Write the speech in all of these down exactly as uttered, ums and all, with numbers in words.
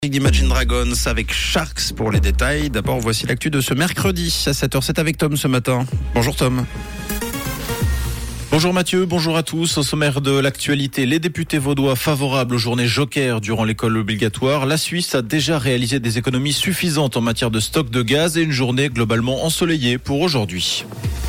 Imagine Dragons avec Sharks pour les détails. D'abord, voici l'actu de ce mercredi à sept heures sept avec Tom ce matin. Bonjour Tom. Bonjour Mathieu, bonjour à tous. Au sommaire de l'actualité, les députés vaudois favorables aux journées Joker durant l'école obligatoire. La Suisse a déjà réalisé des économies suffisantes en matière de stock de gaz et une journée globalement ensoleillée pour aujourd'hui.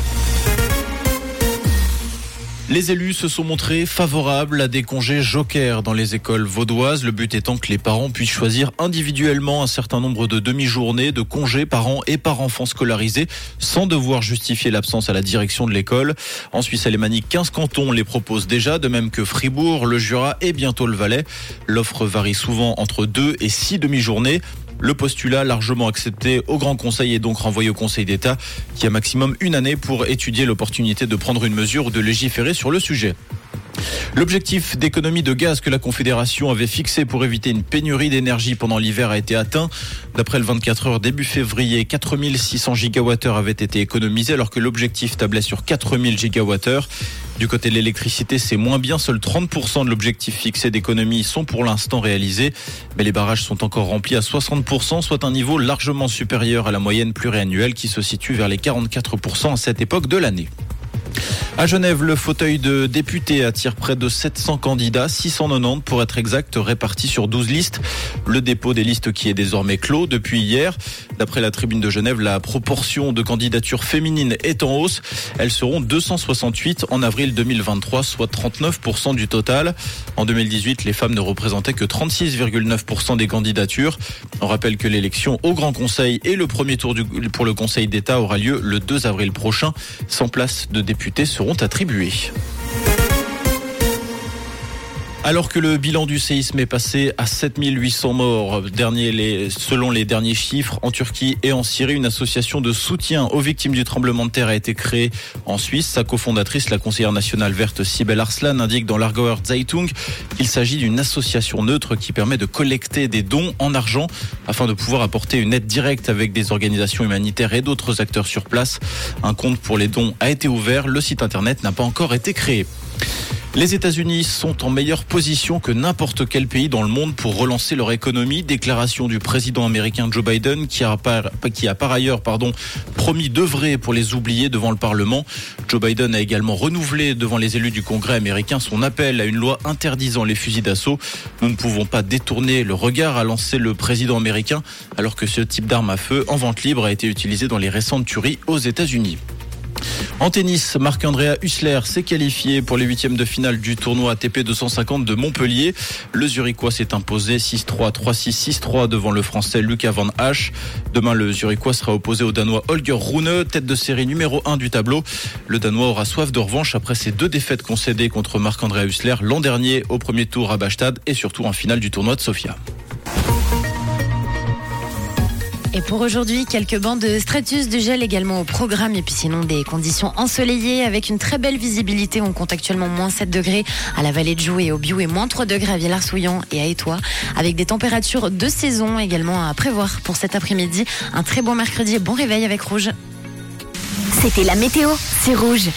Les élus se sont montrés favorables à des congés Joker dans les écoles vaudoises. Le but étant que les parents puissent choisir individuellement un certain nombre de demi-journées de congés par an et par enfant scolarisé sans devoir justifier l'absence à la direction de l'école. En Suisse alémanique, quinze cantons les proposent déjà, de même que Fribourg, le Jura et bientôt le Valais. L'offre varie souvent entre deux et six demi-journées. Le postulat largement accepté au Grand Conseil est donc renvoyé au Conseil d'État qui a maximum une année pour étudier l'opportunité de prendre une mesure ou de légiférer sur le sujet. L'objectif d'économie de gaz que la Confédération avait fixé pour éviter une pénurie d'énergie pendant l'hiver a été atteint. D'après le vingt-quatre heures début février, quatre mille six cents gigawattheures avaient été économisés alors que l'objectif tablait sur quatre mille gigawattheures. Du côté de l'électricité, c'est moins bien. Seuls trente pour cent de l'objectif fixé d'économie sont pour l'instant réalisés. Mais les barrages sont encore remplis à soixante pour cent, soit un niveau largement supérieur à la moyenne pluriannuelle qui se situe vers les quarante-quatre pour cent à cette époque de l'année. À Genève, le fauteuil de député attire près de sept cents candidats, six cent quatre-vingt-dix pour être exact, répartis sur douze listes. Le dépôt des listes qui est désormais clos depuis hier. D'après la Tribune de Genève, la proportion de candidatures féminines est en hausse. Elles seront deux cent soixante-huit en avril deux mille vingt-trois, soit trente-neuf pour cent du total. En deux mille dix-huit, les femmes ne représentaient que trente-six virgule neuf pour cent des candidatures. On rappelle que l'élection au Grand Conseil et le premier tour du, pour le Conseil d'État aura lieu le deux avril prochain. cent places de députés seront attribuées. Alors que le bilan du séisme est passé à sept mille huit cents morts, dernier, les, selon les derniers chiffres, en Turquie et en Syrie, une association de soutien aux victimes du tremblement de terre a été créée en Suisse. Sa cofondatrice, la conseillère nationale verte Sibel Arslan, indique dans l'Argauer Zeitung qu'il s'agit d'une association neutre qui permet de collecter des dons en argent afin de pouvoir apporter une aide directe avec des organisations humanitaires et d'autres acteurs sur place. Un compte pour les dons a été ouvert, le site internet n'a pas encore été créé. Les États-Unis sont en meilleure position que n'importe quel pays dans le monde pour relancer leur économie. Déclaration du président américain Joe Biden qui a par, qui a par ailleurs pardon, promis d'œuvrer pour les oublier devant le Parlement. Joe Biden a également renouvelé devant les élus du Congrès américain son appel à une loi interdisant les fusils d'assaut. Nous ne pouvons pas détourner le regard, a lancé le président américain, alors que ce type d'arme à feu en vente libre a été utilisé dans les récentes tueries aux États-Unis. En tennis, Marc-Andrea Hussler s'est qualifié pour les huitièmes de finale du tournoi A T P deux cent cinquante de Montpellier. Le Zurichois s'est imposé six trois, trois six, six trois devant le Français Lucas Van Hache. Demain, le Zurichois sera opposé au Danois Holger Rune, tête de série numéro un du tableau. Le Danois aura soif de revanche après ses deux défaites concédées contre Marc-Andrea Hussler l'an dernier au premier tour à Bastad et surtout en finale du tournoi de Sofia. Et pour aujourd'hui, quelques bancs de stratus de gel également au programme. Et puis sinon, des conditions ensoleillées avec une très belle visibilité. On compte actuellement moins sept degrés à la vallée de Joux et au Biou et moins trois degrés à Villars-Souillan et à Étoile. Avec des températures de saison également à prévoir pour cet après-midi. Un très bon mercredi et bon réveil avec Rouge. C'était la météo, c'est Rouge.